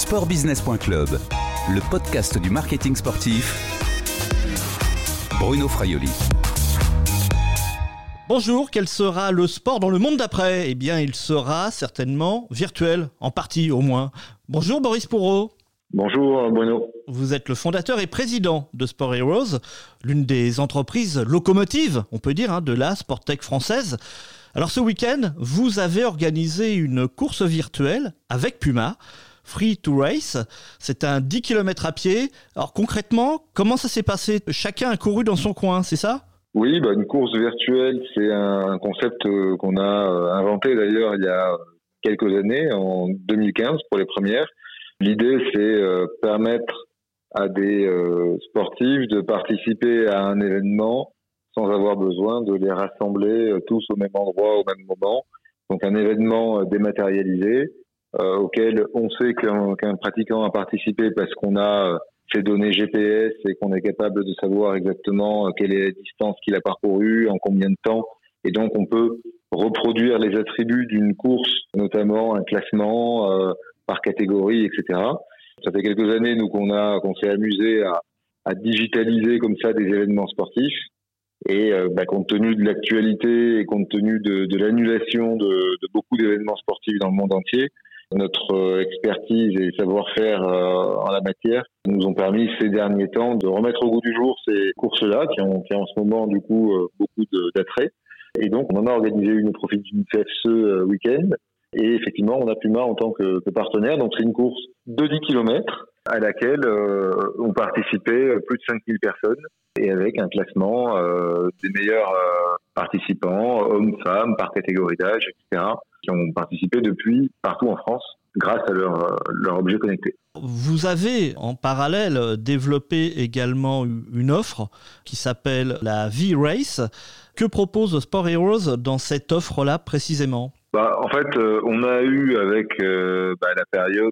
Sportbusiness.club, le podcast du marketing sportif. Bruno Fraioli. Bonjour, quel sera le sport dans le monde d'après ? Eh bien, il sera certainement virtuel, en partie au moins. Bonjour Boris Pourreau. Bonjour Bruno. Vous êtes le fondateur et président de Sport Heroes, l'une des entreprises locomotives, on peut dire, de la Sporttech française. Alors ce week-end, vous avez organisé une course virtuelle avec Puma, Free to Race. C'est un 10 km à pied. Alors concrètement, comment ça s'est passé ? Chacun a couru dans son coin, c'est ça ? Oui, une course virtuelle, c'est un concept qu'on a inventé d'ailleurs il y a quelques années, en 2015 pour les premières. L'idée, c'est permettre à des sportifs de participer à un événement sans avoir besoin de les rassembler tous au même endroit, au même moment. Donc un événement dématérialisé auquel on sait qu'un pratiquant a participé parce qu'on a ses données GPS et qu'on est capable de savoir exactement quelle est la distance qu'il a parcourue, en combien de temps. Et donc on peut reproduire les attributs d'une course, notamment un classement par catégorie, etc. Ça fait quelques années nous qu'on s'est amusé à digitaliser comme ça des événements sportifs. Et compte tenu de l'actualité et compte tenu de l'annulation de beaucoup d'événements sportifs dans le monde entier, notre expertise et savoir-faire en la matière nous ont permis ces derniers temps de remettre au goût du jour ces courses-là qui ont en ce moment du coup beaucoup d'attrait. Et donc on en a organisé une au profit d'une ce week-end. Et effectivement, on a Puma en tant que partenaire. Donc c'est une course de 10 km à laquelle ont participé plus de 5000 personnes et avec un classement des meilleurs participants, hommes, femmes, par catégorie d'âge, etc., qui ont participé depuis partout en France grâce à leur objet connecté. Vous avez en parallèle développé également une offre qui s'appelle la V-Race. Que propose Sport Heroes dans cette offre-là précisément ? En fait, on a eu avec la période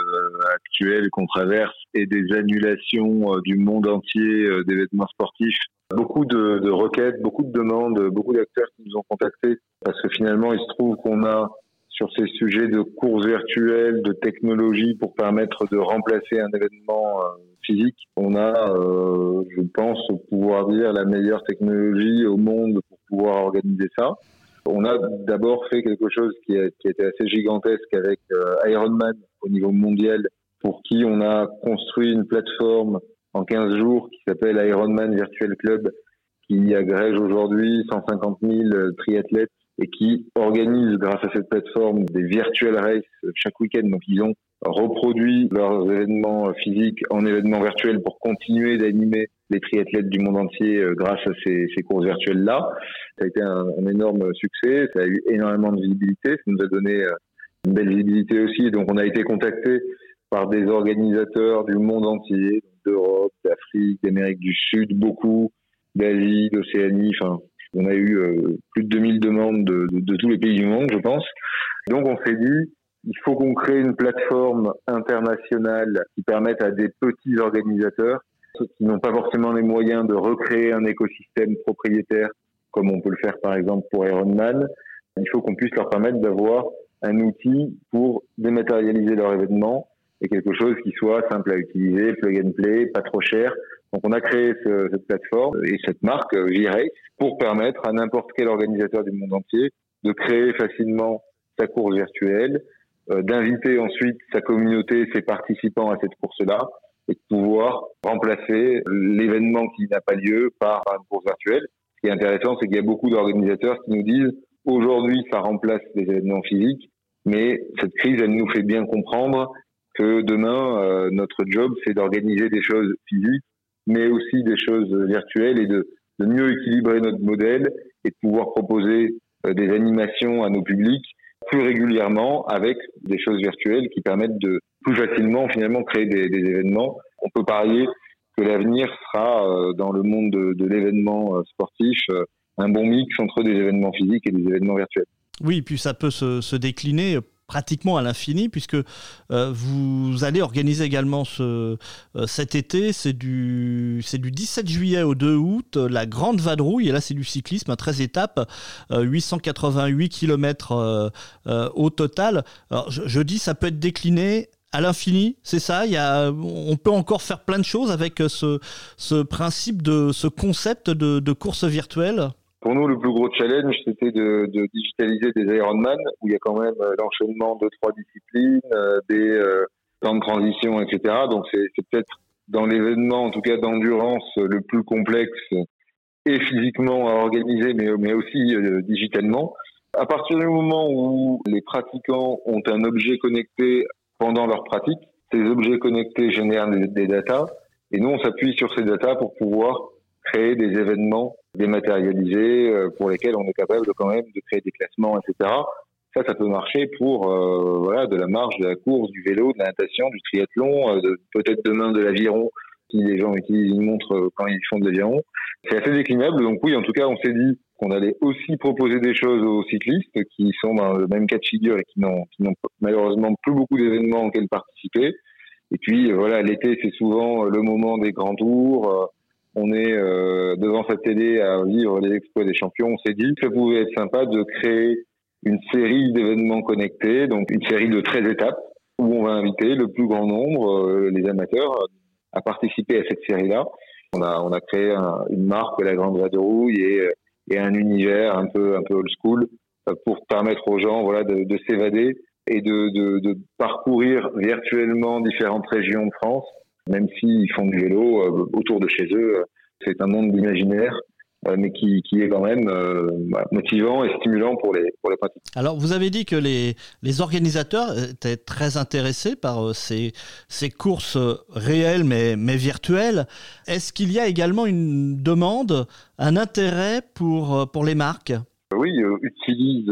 actuelle qu'on traverse et des annulations du monde entier d'événements sportifs, beaucoup de requêtes, beaucoup de demandes, beaucoup d'acteurs qui nous ont contactés parce que finalement, il se trouve qu'on a sur ces sujets de courses virtuelles, de technologie pour permettre de remplacer un événement physique, on a, je pense, pouvoir dire la meilleure technologie au monde pour pouvoir organiser ça. On a d'abord fait quelque chose qui a été assez gigantesque avec Ironman au niveau mondial, pour qui on a construit une plateforme en 15 jours qui s'appelle Ironman Virtual Club, qui agrège aujourd'hui 150 000 triathlètes et qui organise grâce à cette plateforme des virtual races chaque week-end. Donc ils ont reproduit leurs événements physiques en événements virtuels pour continuer d'animer les triathlètes du monde entier grâce à ces courses virtuelles-là. Ça a été un énorme succès, ça a eu énormément de visibilité, ça nous a donné une belle visibilité aussi. Donc on a été contacté par des organisateurs du monde entier, d'Europe, d'Afrique, d'Amérique du Sud, beaucoup, d'Asie, d'Océanie, on a eu plus de 2000 demandes de tous les pays du monde, je pense. Donc on s'est dit, il faut qu'on crée une plateforme internationale qui permette à des petits organisateurs, ceux qui n'ont pas forcément les moyens de recréer un écosystème propriétaire, comme on peut le faire par exemple pour Ironman, il faut qu'on puisse leur permettre d'avoir un outil pour dématérialiser leur événement et quelque chose qui soit simple à utiliser, plug and play, pas trop cher. Donc on a créé cette plateforme et cette marque V-Race pour permettre à n'importe quel organisateur du monde entier de créer facilement sa course virtuelle, d'inviter ensuite sa communauté, ses participants à cette course-là et de pouvoir remplacer l'événement qui n'a pas lieu par une course virtuelle. Ce qui est intéressant, c'est qu'il y a beaucoup d'organisateurs qui nous disent aujourd'hui ça remplace les événements physiques, mais cette crise, elle nous fait bien comprendre que demain, notre job, c'est d'organiser des choses physiques, mais aussi des choses virtuelles et de mieux équilibrer notre modèle et de pouvoir proposer des animations à nos publics plus régulièrement avec des choses virtuelles qui permettent de plus facilement finalement créer des événements. On peut parier que l'avenir sera dans le monde de l'événement sportif un bon mix entre des événements physiques et des événements virtuels. Oui, puis ça peut se décliner pratiquement à l'infini, puisque vous allez organiser également cet été, c'est du 17 juillet au 2 août, la Grande Vadrouille, et là c'est du cyclisme à 13 étapes, 888 km au total. Alors je dis ça peut être décliné à l'infini, c'est ça. On peut encore faire plein de choses avec ce principe ce concept de course virtuelle. Pour nous, le plus gros challenge, c'était de digitaliser des Ironman, où il y a quand même l'enchaînement de 3 disciplines, des temps de transition, etc. Donc c'est peut-être dans l'événement, en tout cas d'endurance, le plus complexe et physiquement à organiser, mais aussi digitalement. À partir du moment où les pratiquants ont un objet connecté pendant leur pratique, ces objets connectés génèrent des datas, et nous on s'appuie sur ces datas pour pouvoir créer des événements dématérialisés pour lesquels on est capable quand même de créer des classements, etc. Ça peut marcher pour de la marche, de la course, du vélo, de la natation, du triathlon, peut-être demain de l'aviron, si les gens utilisent une montre quand ils font de l'aviron. C'est assez déclinable, donc oui, en tout cas, on s'est dit qu'on allait aussi proposer des choses aux cyclistes qui sont dans le même cas de figure et qui n'ont malheureusement plus beaucoup d'événements auxquels participer. Et puis l'été, c'est souvent le moment des grands tours. On est devant sa télé à vivre les exploits des champions. On s'est dit que ça pouvait être sympa de créer une série d'événements connectés, donc une série de 13 étapes où on va inviter le plus grand nombre, les amateurs, à participer à cette série-là. On a créé une marque, la Grande Vadrouille, et un univers un peu old school pour permettre aux gens de s'évader et de parcourir virtuellement différentes régions de France, même s'ils font du vélo autour de chez eux. C'est un monde d'imaginaire, mais qui est quand même motivant et stimulant pour les pratiques. Alors, vous avez dit que les organisateurs étaient très intéressés par ces courses réelles mais virtuelles. Est-ce qu'il y a également une demande, un intérêt pour les marques ? Oui, utilisent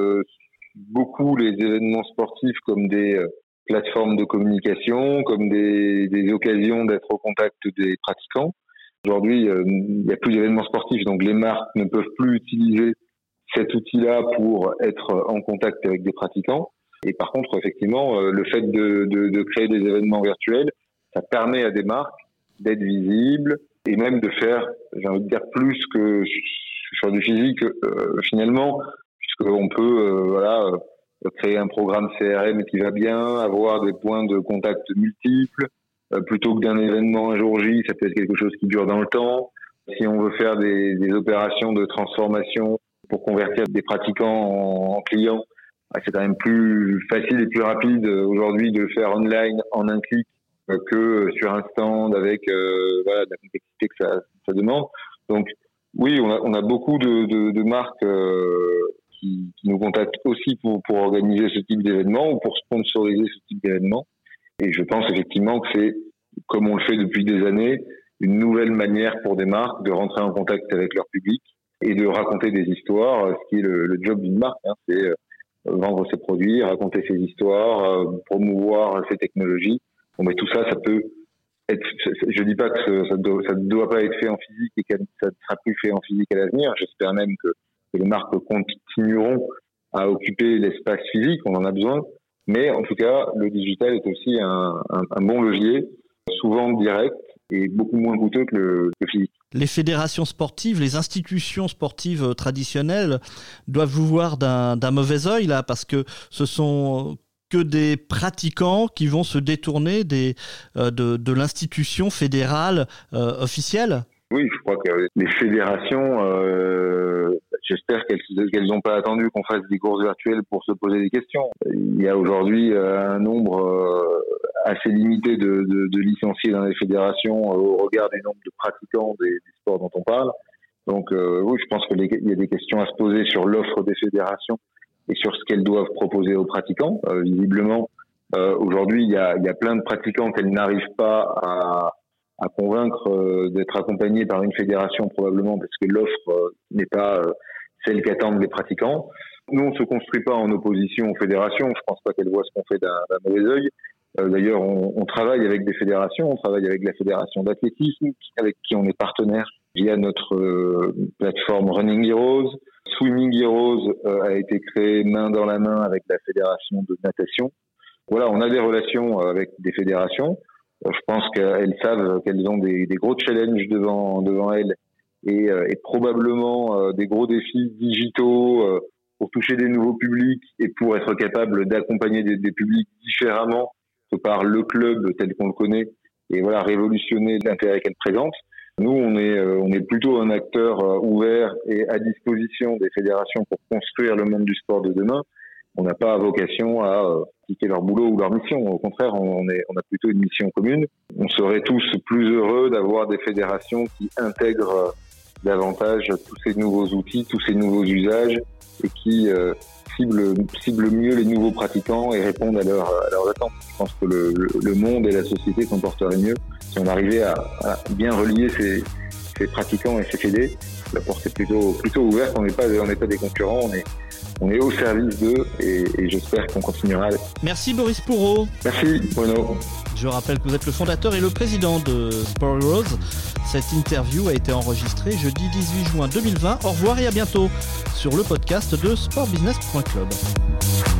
beaucoup les événements sportifs comme des plateformes de communication, comme des occasions d'être au contact des pratiquants. Aujourd'hui, il n'y a plus d'événements sportifs, donc les marques ne peuvent plus utiliser cet outil-là pour être en contact avec des pratiquants. Et par contre, effectivement, le fait de créer des événements virtuels, ça permet à des marques d'être visibles et même de faire, j'ai envie de dire, plus que sur du physique, finalement, puisqu'on peut créer un programme CRM qui va bien, avoir des points de contact multiples. Plutôt que d'un événement un jour J, ça peut être quelque chose qui dure dans le temps. Si on veut faire des opérations de transformation pour convertir des pratiquants en clients, c'est quand même plus facile et plus rapide aujourd'hui de le faire online en un clic que sur un stand avec la complexité que ça demande. Donc oui, on a beaucoup de marques qui nous contactent aussi pour organiser ce type d'événement ou pour sponsoriser ce type d'événement. Et je pense effectivement que c'est, comme on le fait depuis des années, une nouvelle manière pour des marques de rentrer en contact avec leur public et de raconter des histoires, ce qui est le job d'une marque, c'est vendre ses produits, raconter ses histoires, promouvoir ses technologies. Bon, mais tout ça, ça peut être. Je dis pas que ça ne doit pas être fait en physique et que ça ne sera plus fait en physique à l'avenir. J'espère même que les marques continueront à occuper l'espace physique. On en a besoin. Mais en tout cas, le digital est aussi un bon levier, souvent direct et beaucoup moins coûteux que le physique. Les fédérations sportives, les institutions sportives traditionnelles doivent vous voir d'un mauvais œil là, parce que ce sont que des pratiquants qui vont se détourner de l'institution fédérale officielle. Oui, je crois que les fédérations, j'espère qu'elles n'ont pas attendu qu'on fasse des courses virtuelles pour se poser des questions. Il y a aujourd'hui un nombre assez limité de licenciés dans les fédérations au regard du nombre de pratiquants des sports dont on parle. Donc oui, je pense qu'il y a des questions à se poser sur l'offre des fédérations et sur ce qu'elles doivent proposer aux pratiquants. Visiblement, aujourd'hui, il y a plein de pratiquants qu'elles n'arrivent pas à convaincre d'être accompagnés par une fédération, probablement parce que l'offre n'est pas celle qu'attendent les pratiquants. Nous, on ne se construit pas en opposition aux fédérations. Je ne pense pas qu'elles voient ce qu'on fait d'un mauvais œil. D'ailleurs, on travaille avec des fédérations. On travaille avec la fédération d'athlétisme, avec qui on est partenaire via notre plateforme Running Heroes. Swimming Heroes a été créé main dans la main avec la fédération de natation. Voilà, on a des relations avec des fédérations. Je pense qu'elles savent qu'elles ont des gros challenges devant elles et probablement des gros défis digitaux pour toucher des nouveaux publics et pour être capable d'accompagner des publics différemment quelque part le club tel qu'on le connaît et voilà révolutionner l'intérêt qu'elle présente. Nous, on est plutôt un acteur ouvert et à disposition des fédérations pour construire le monde du sport de demain. On n'a pas vocation à quitter leur boulot ou leur mission. Au contraire, on a plutôt une mission commune. On serait tous plus heureux d'avoir des fédérations qui intègrent davantage tous ces nouveaux outils, tous ces nouveaux usages et qui ciblent mieux les nouveaux pratiquants et répondent à leurs attentes. Je pense que le monde et la société s'en porteraient mieux si on arrivait à bien relier ces pratiquants et ces fédés. La porte est plutôt ouverte. On n'est pas des concurrents. On est au service d'eux et j'espère qu'on continuera. Merci Boris Pourreau. Merci Bruno. Je rappelle que vous êtes le fondateur et le président de Sport Heroes. Cette interview a été enregistrée jeudi 18 juin 2020. Au revoir et à bientôt sur le podcast de sportbusiness.club.